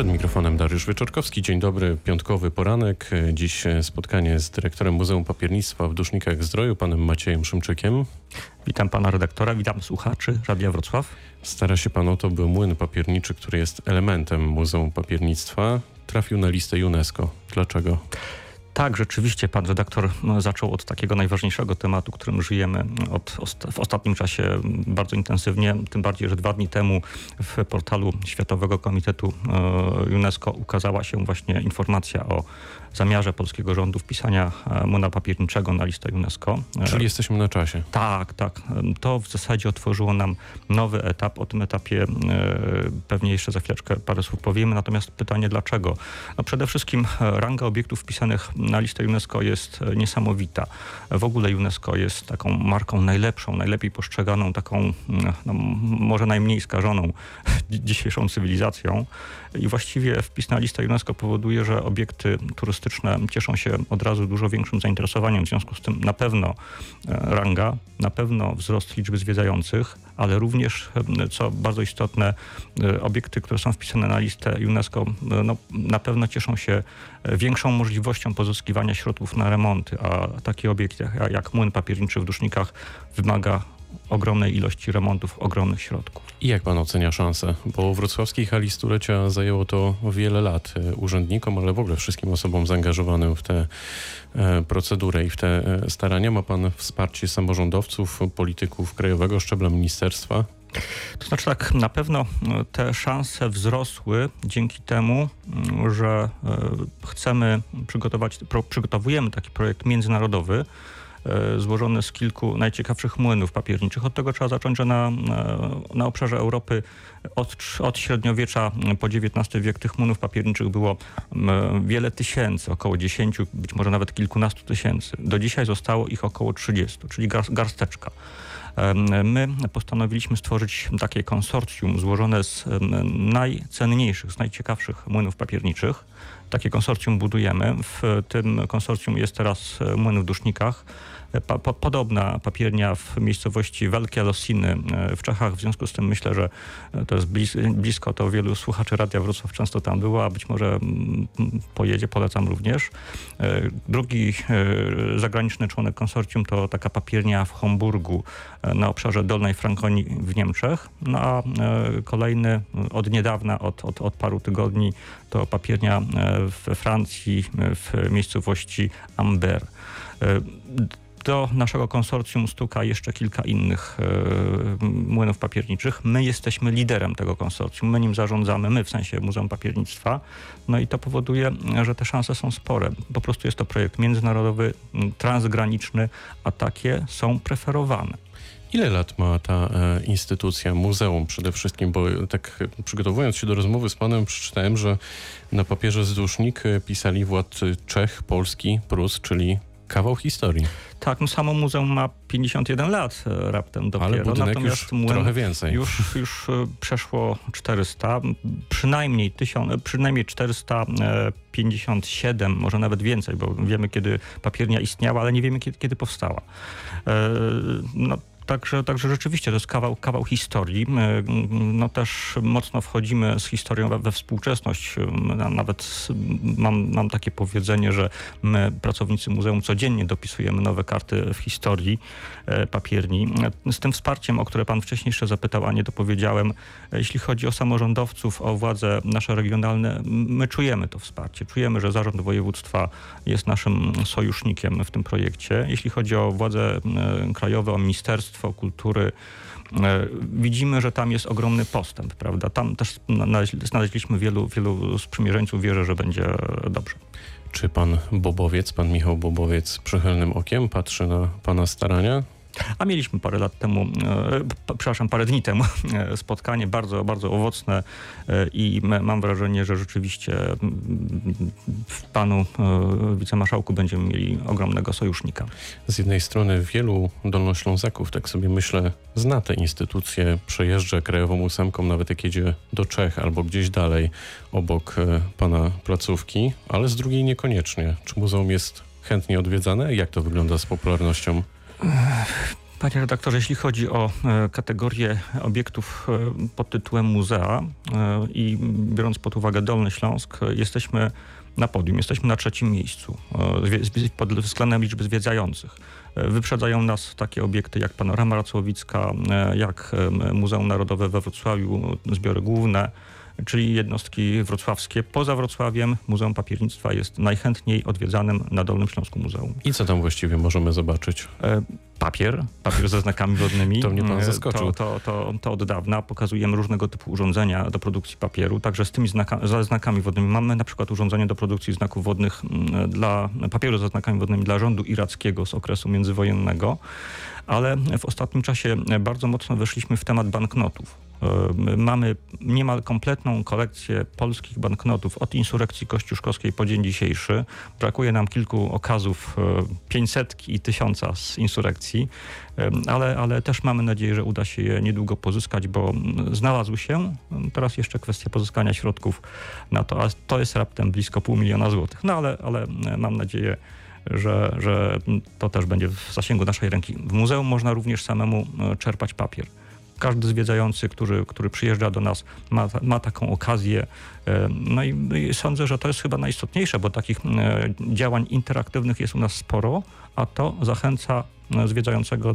Przed mikrofonem Dariusz Wieczorkowski. Dzień dobry, piątkowy poranek. Dziś spotkanie z dyrektorem Muzeum Papiernictwa w Dusznikach-Zdroju, panem Maciejem Szymczykiem. Witam pana redaktora, witam słuchaczy Radia Wrocław. Stara się pan o to, by młyn papierniczy, który jest elementem Muzeum Papiernictwa, trafił na listę UNESCO. Dlaczego? Tak, rzeczywiście pan redaktor zaczął od takiego najważniejszego tematu, którym żyjemy w ostatnim czasie bardzo intensywnie. Tym bardziej, że 2 dni temu w portalu Światowego Komitetu UNESCO ukazała się właśnie informacja o zamiarze polskiego rządu wpisania młyna papierniczego na listę UNESCO. Czyli jesteśmy na czasie. Tak. To w zasadzie otworzyło nam nowy etap. O tym etapie pewnie jeszcze za chwileczkę parę słów powiemy. Natomiast pytanie dlaczego? No przede wszystkim ranga obiektów wpisanych na listę UNESCO jest niesamowita. W ogóle UNESCO jest taką marką najlepszą, najlepiej postrzeganą, taką może najmniej skażoną dzisiejszą cywilizacją. I właściwie wpis na listę UNESCO powoduje, że obiekty turystyczne cieszą się od razu dużo większym zainteresowaniem. W związku z tym na pewno ranga, na pewno wzrost liczby zwiedzających, ale również, co bardzo istotne, obiekty, które są wpisane na listę UNESCO, na pewno cieszą się większą możliwością pozyskiwania środków na remonty, a taki obiekt jak młyn papierniczy w Dusznikach wymaga ogromnej ilości remontów, ogromnych środków. I jak pan ocenia szansę? Bo wrocławskiej hali stulecia zajęło to wiele lat urzędnikom, ale w ogóle wszystkim osobom zaangażowanym w tę procedurę i w te starania. Ma pan wsparcie samorządowców, polityków krajowego szczebla ministerstwa? To znaczy tak, na pewno te szanse wzrosły dzięki temu, że przygotowujemy taki projekt międzynarodowy, złożony z kilku najciekawszych młynów papierniczych. Od tego trzeba zacząć, że na obszarze Europy od średniowiecza po XIX wiek tych młynów papierniczych było wiele tysięcy, około 10, być może nawet kilkunastu tysięcy. Do dzisiaj zostało ich około 30, czyli garsteczka. My postanowiliśmy stworzyć takie konsorcjum złożone z najcenniejszych, z najciekawszych młynów papierniczych. Takie konsorcjum budujemy. W tym konsorcjum jest teraz młyn w Dusznikach. Podobna papiernia w miejscowości Wielkie Losiny w Czechach. W związku z tym myślę, że to jest blisko, to wielu słuchaczy Radia Wrocław często tam było, a być może pojedzie, polecam również. Drugi zagraniczny członek konsorcjum to taka papiernia w Homburgu na obszarze Dolnej Frankonii w Niemczech. No a kolejny od niedawna, od paru tygodni, to papiernia we Francji w miejscowości Ambert. Do naszego konsorcjum stuka jeszcze kilka innych młynów papierniczych. My jesteśmy liderem tego konsorcjum, my nim zarządzamy, my w sensie Muzeum Papiernictwa. No i to powoduje, że te szanse są spore. Po prostu jest to projekt międzynarodowy, transgraniczny, a takie są preferowane. Ile lat ma ta instytucja, muzeum przede wszystkim? Bo tak przygotowując się do rozmowy z panem przeczytałem, że na papierze z Dusznik pisali władcy Czech, Polski, Prus, czyli kawał historii. Tak, samo muzeum ma 51 lat raptem dopiero. Ale budynek natomiast już trochę więcej. Już przeszło 400, przynajmniej 457, może nawet więcej, bo wiemy, kiedy papiernia istniała, ale nie wiemy, kiedy powstała. Także rzeczywiście to jest kawał historii. No też mocno wchodzimy z historią we współczesność. Nawet mam takie powiedzenie, że my, pracownicy muzeum, codziennie dopisujemy nowe karty w historii papierni. Z tym wsparciem, o które pan wcześniej jeszcze zapytał, a nie dopowiedziałem, jeśli chodzi o samorządowców, o władze nasze regionalne, my czujemy to wsparcie. Czujemy, że Zarząd Województwa jest naszym sojusznikiem w tym projekcie. Jeśli chodzi o władze krajowe, o Ministerstwo Kultury, widzimy, że tam jest ogromny postęp, prawda? Tam też znaleźliśmy wielu sprzymierzeńców. Wierzę, że będzie dobrze. Czy pan Michał Bobowiec przychylnym okiem patrzy na pana starania? A mieliśmy parę dni temu spotkanie bardzo, bardzo owocne i mam wrażenie, że rzeczywiście w panu wicemarszałku będziemy mieli ogromnego sojusznika. Z jednej strony wielu Dolnoślązaków, tak sobie myślę, zna tę instytucję, przejeżdża krajową ósemką, nawet jak jedzie do Czech albo gdzieś dalej obok pana placówki, ale z drugiej niekoniecznie. Czy muzeum jest chętnie odwiedzane? Jak to wygląda z popularnością? Panie redaktorze, jeśli chodzi o kategorię obiektów pod tytułem muzea i biorąc pod uwagę Dolny Śląsk, jesteśmy na podium, jesteśmy na 3. miejscu pod względem liczby zwiedzających. Wyprzedzają nas takie obiekty jak Panorama Racławicka, jak Muzeum Narodowe we Wrocławiu, zbiory główne, czyli jednostki wrocławskie. Poza Wrocławiem Muzeum Papiernictwa jest najchętniej odwiedzanym na Dolnym Śląsku muzeum. I co tam właściwie możemy zobaczyć? Papier ze znakami wodnymi. To mnie pan zaskoczył. To od dawna pokazujemy różnego typu urządzenia do produkcji papieru, także z tymi znakami wodnymi. Mamy na przykład urządzenie do produkcji znaków wodnych dla papieru ze znakami wodnymi dla rządu irackiego z okresu międzywojennego, ale w ostatnim czasie bardzo mocno weszliśmy w temat banknotów. Mamy niemal kompletną kolekcję polskich banknotów od insurekcji kościuszkowskiej po dzień dzisiejszy. Brakuje nam kilku okazów 500 i 1000 z insurekcji, ale też mamy nadzieję, że uda się je niedługo pozyskać, bo znalazły się. Teraz jeszcze kwestia pozyskania środków na to, a to jest raptem blisko 500 000 złotych. No ale mam nadzieję, że to też będzie w zasięgu naszej ręki. W muzeum można również samemu czerpać papier. Każdy zwiedzający, który przyjeżdża do nas, ma taką okazję. No i sądzę, że to jest chyba najistotniejsze, bo takich działań interaktywnych jest u nas sporo, a to zachęca zwiedzającego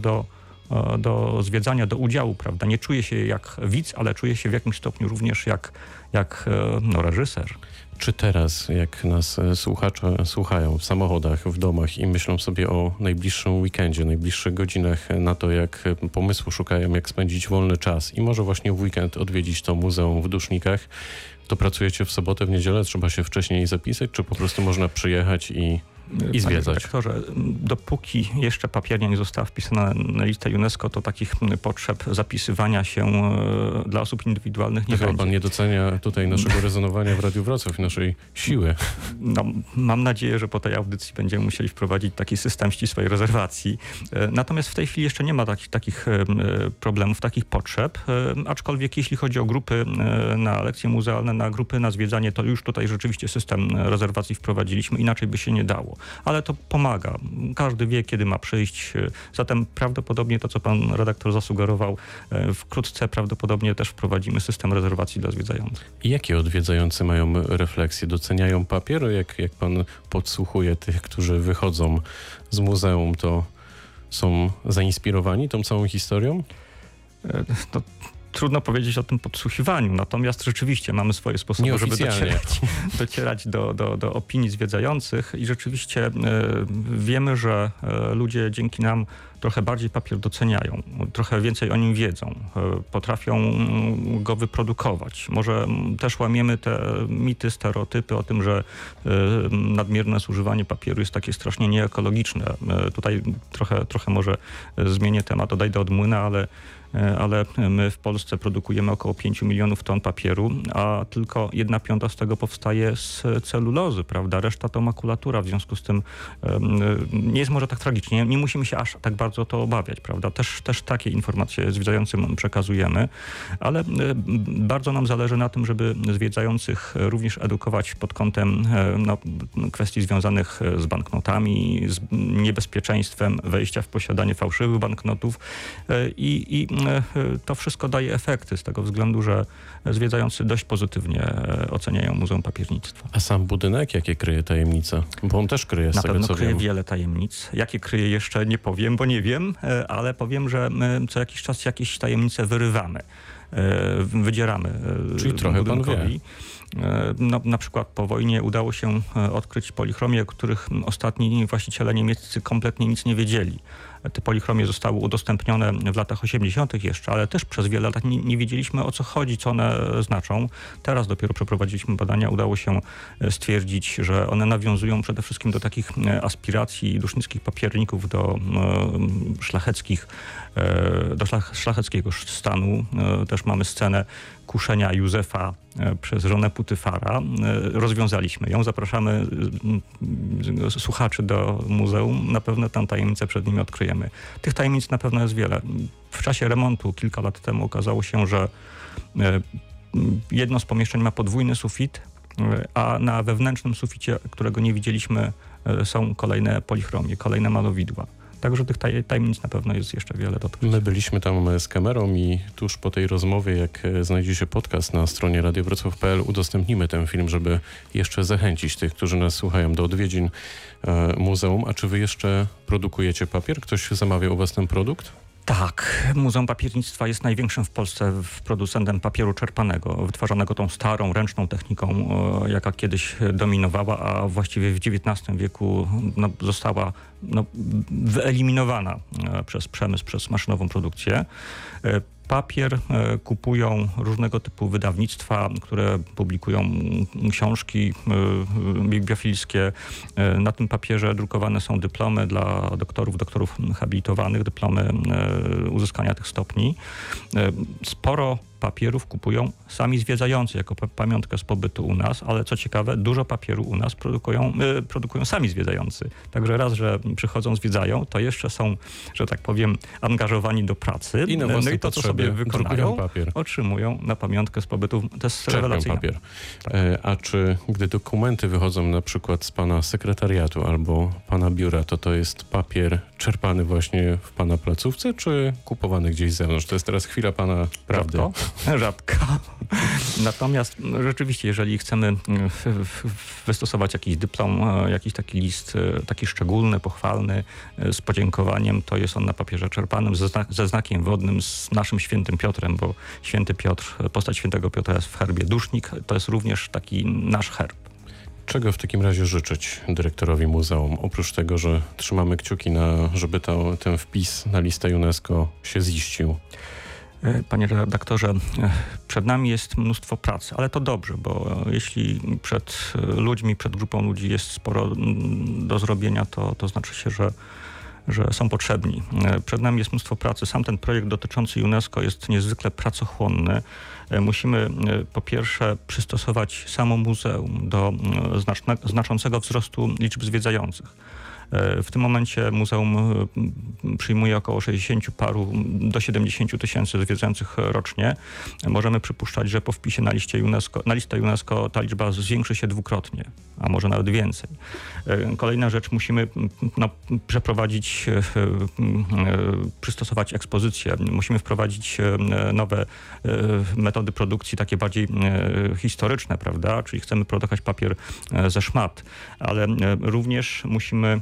do zwiedzania, do udziału, prawda? Nie czuje się jak widz, ale czuje się w jakimś stopniu również jak reżyser. Czy teraz, jak nas słuchacze słuchają w samochodach, w domach i myślą sobie o najbliższym weekendzie, najbliższych godzinach na to, jak pomysłu szukają, jak spędzić wolny czas i może właśnie w weekend odwiedzić to muzeum w Dusznikach, to pracujecie w sobotę, w niedzielę? Trzeba się wcześniej zapisać, czy po prostu można przyjechać i zwiedzać? Panie redaktorze, dopóki jeszcze papiernia nie została wpisana na listę UNESCO, to takich potrzeb zapisywania się dla osób indywidualnych nie Chyba będzie. pan nie docenia tutaj naszego rezonowania w Radiu Wrocław i naszej siły. No, mam nadzieję, że po tej audycji będziemy musieli wprowadzić taki system ścisłej rezerwacji. Natomiast w tej chwili jeszcze nie ma takich problemów, takich potrzeb, aczkolwiek jeśli chodzi o grupy na lekcje muzealne, na grupy na zwiedzanie, to już tutaj rzeczywiście system rezerwacji wprowadziliśmy, inaczej by się nie dało. Ale to pomaga. Każdy wie, kiedy ma przyjść. Zatem prawdopodobnie to, co pan redaktor zasugerował, wkrótce prawdopodobnie też wprowadzimy system rezerwacji dla zwiedzających. I jakie odwiedzający mają refleksje? Doceniają papier? Jak pan podsłuchuje tych, którzy wychodzą z muzeum, to są zainspirowani tą całą historią? To trudno powiedzieć o tym podsłuchiwaniu, natomiast rzeczywiście mamy swoje sposoby, żeby docierać do opinii zwiedzających i rzeczywiście wiemy, że ludzie dzięki nam trochę bardziej papier doceniają, trochę więcej o nim wiedzą, potrafią go wyprodukować. Może też łamiemy te mity, stereotypy o tym, że nadmierne zużywanie papieru jest takie strasznie nieekologiczne. Tutaj trochę może zmienię temat, odejdę od młyna, ale my w Polsce produkujemy około 5 milionów ton papieru, a tylko 1/5 z tego powstaje z celulozy, prawda? Reszta to makulatura, w związku z tym nie jest może tak tragicznie. Nie musimy się aż tak bardzo o to obawiać, prawda? Też takie informacje zwiedzającym przekazujemy, ale bardzo nam zależy na tym, żeby zwiedzających również edukować pod kątem kwestii związanych z banknotami, z niebezpieczeństwem wejścia w posiadanie fałszywych banknotów i to wszystko daje efekty z tego względu, że zwiedzający dość pozytywnie oceniają Muzeum Papiernictwa. A sam budynek jakie kryje tajemnice? Bo on też kryje z tego, co wiem. Na pewno kryje wiele tajemnic. Jakie kryje jeszcze nie powiem, bo nie wiem, ale powiem, że my co jakiś czas jakieś tajemnice wyrywamy, wydzieramy. Czyli trochę budynkowi. Pan wie. Na przykład po wojnie udało się odkryć polichromie, o których ostatni właściciele niemieccy kompletnie nic nie wiedzieli. Te polichromie zostały udostępnione w latach 80. jeszcze, ale też przez wiele lat nie wiedzieliśmy, o co chodzi, co one znaczą. Teraz dopiero przeprowadziliśmy badania, udało się stwierdzić, że one nawiązują przede wszystkim do takich aspiracji dusznickich papierników, do szlacheckiego stanu. Też mamy scenę kuszenia Józefa przez żonę Putyfara. Rozwiązaliśmy ją. Zapraszamy słuchaczy do muzeum. Na pewno tam tajemnicę przed nimi odkryjemy. Tych tajemnic na pewno jest wiele. W czasie remontu kilka lat temu okazało się, że jedno z pomieszczeń ma podwójny sufit, a na wewnętrznym suficie, którego nie widzieliśmy, są kolejne polichromie, kolejne malowidła. Także tych tajemnic na pewno jest jeszcze wiele do odkrycia. My byliśmy tam z kamerą i tuż po tej rozmowie, jak znajdzie się podcast na stronie radiowrocław.pl, udostępnimy ten film, żeby jeszcze zachęcić tych, którzy nas słuchają, do odwiedzin muzeum. A czy wy jeszcze produkujecie papier? Ktoś zamawia u was ten produkt? Tak, Muzeum Papiernictwa jest największym w Polsce producentem papieru czerpanego, wytwarzanego tą starą, ręczną techniką, jaka kiedyś dominowała, a właściwie w XIX wieku została wyeliminowana przez przemysł, przez maszynową produkcję. Papier kupują różnego typu wydawnictwa, które publikują książki bibliofilskie. Na tym papierze drukowane są dyplomy dla doktorów habilitowanych, dyplomy uzyskania tych stopni. Sporo papierów kupują sami zwiedzający jako pamiątkę z pobytu u nas, ale co ciekawe, dużo papieru u nas produkują sami zwiedzający. Także raz, że przychodzą, zwiedzają, to jeszcze są, że tak powiem, angażowani do pracy. I na własne to, co sobie wykonają, otrzymują na pamiątkę z pobytu. To jest rewelacyjne. Papier. Tak. A czy gdy dokumenty wychodzą na przykład z pana sekretariatu albo pana biura, to jest papier czerpany właśnie w pana placówce, czy kupowany gdzieś z zewnątrz? To jest teraz chwila pana prawdy. Rzadko. Natomiast rzeczywiście, jeżeli chcemy wystosować jakiś dyplom, jakiś taki list, taki szczególny, pochwalny, z podziękowaniem, to jest on na papierze czerpanym ze znakiem wodnym z naszym świętym Piotrem, bo święty Piotr, postać świętego Piotra jest w herbie dusznik, to jest również taki nasz herb. Czego w takim razie życzyć dyrektorowi muzeum? Oprócz tego, że trzymamy kciuki, żeby ten wpis na listę UNESCO się ziścił. Panie redaktorze, przed nami jest mnóstwo pracy, ale to dobrze, bo jeśli przed ludźmi, przed grupą ludzi jest sporo do zrobienia, to znaczy się, że są potrzebni. Przed nami jest mnóstwo pracy. Sam ten projekt dotyczący UNESCO jest niezwykle pracochłonny. Musimy po pierwsze przystosować samo muzeum do znaczącego wzrostu liczb zwiedzających. W tym momencie muzeum przyjmuje około 60 paru do 70 tysięcy zwiedzających rocznie. Możemy przypuszczać, że po wpisie na listę UNESCO ta liczba zwiększy się dwukrotnie, a może nawet więcej. Kolejna rzecz, musimy przeprowadzić, przystosować ekspozycję. Musimy wprowadzić nowe metody produkcji, takie bardziej historyczne, prawda? Czyli chcemy produkować papier ze szmat, ale również musimy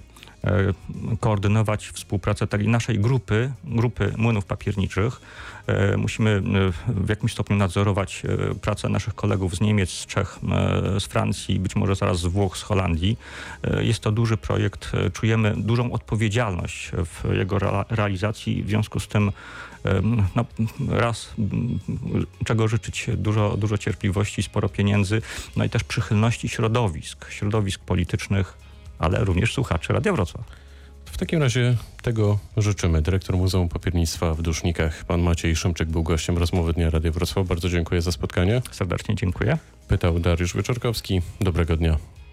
koordynować współpracę tej naszej grupy młynów papierniczych. Musimy w jakimś stopniu nadzorować pracę naszych kolegów z Niemiec, z Czech, z Francji, być może zaraz z Włoch, z Holandii. Jest to duży projekt, czujemy dużą odpowiedzialność w jego realizacji, w związku z tym czego życzyć, dużo cierpliwości, sporo pieniędzy, no i też przychylności środowisk politycznych, ale również słuchaczy Radia Wrocław. W takim razie tego życzymy. Dyrektor Muzeum Papiernictwa w Dusznikach, pan Maciej Szymczyk, był gościem rozmowy Dnia Radia Wrocław. Bardzo dziękuję za spotkanie. Serdecznie dziękuję. Pytał Dariusz Wieczorkowski. Dobrego dnia.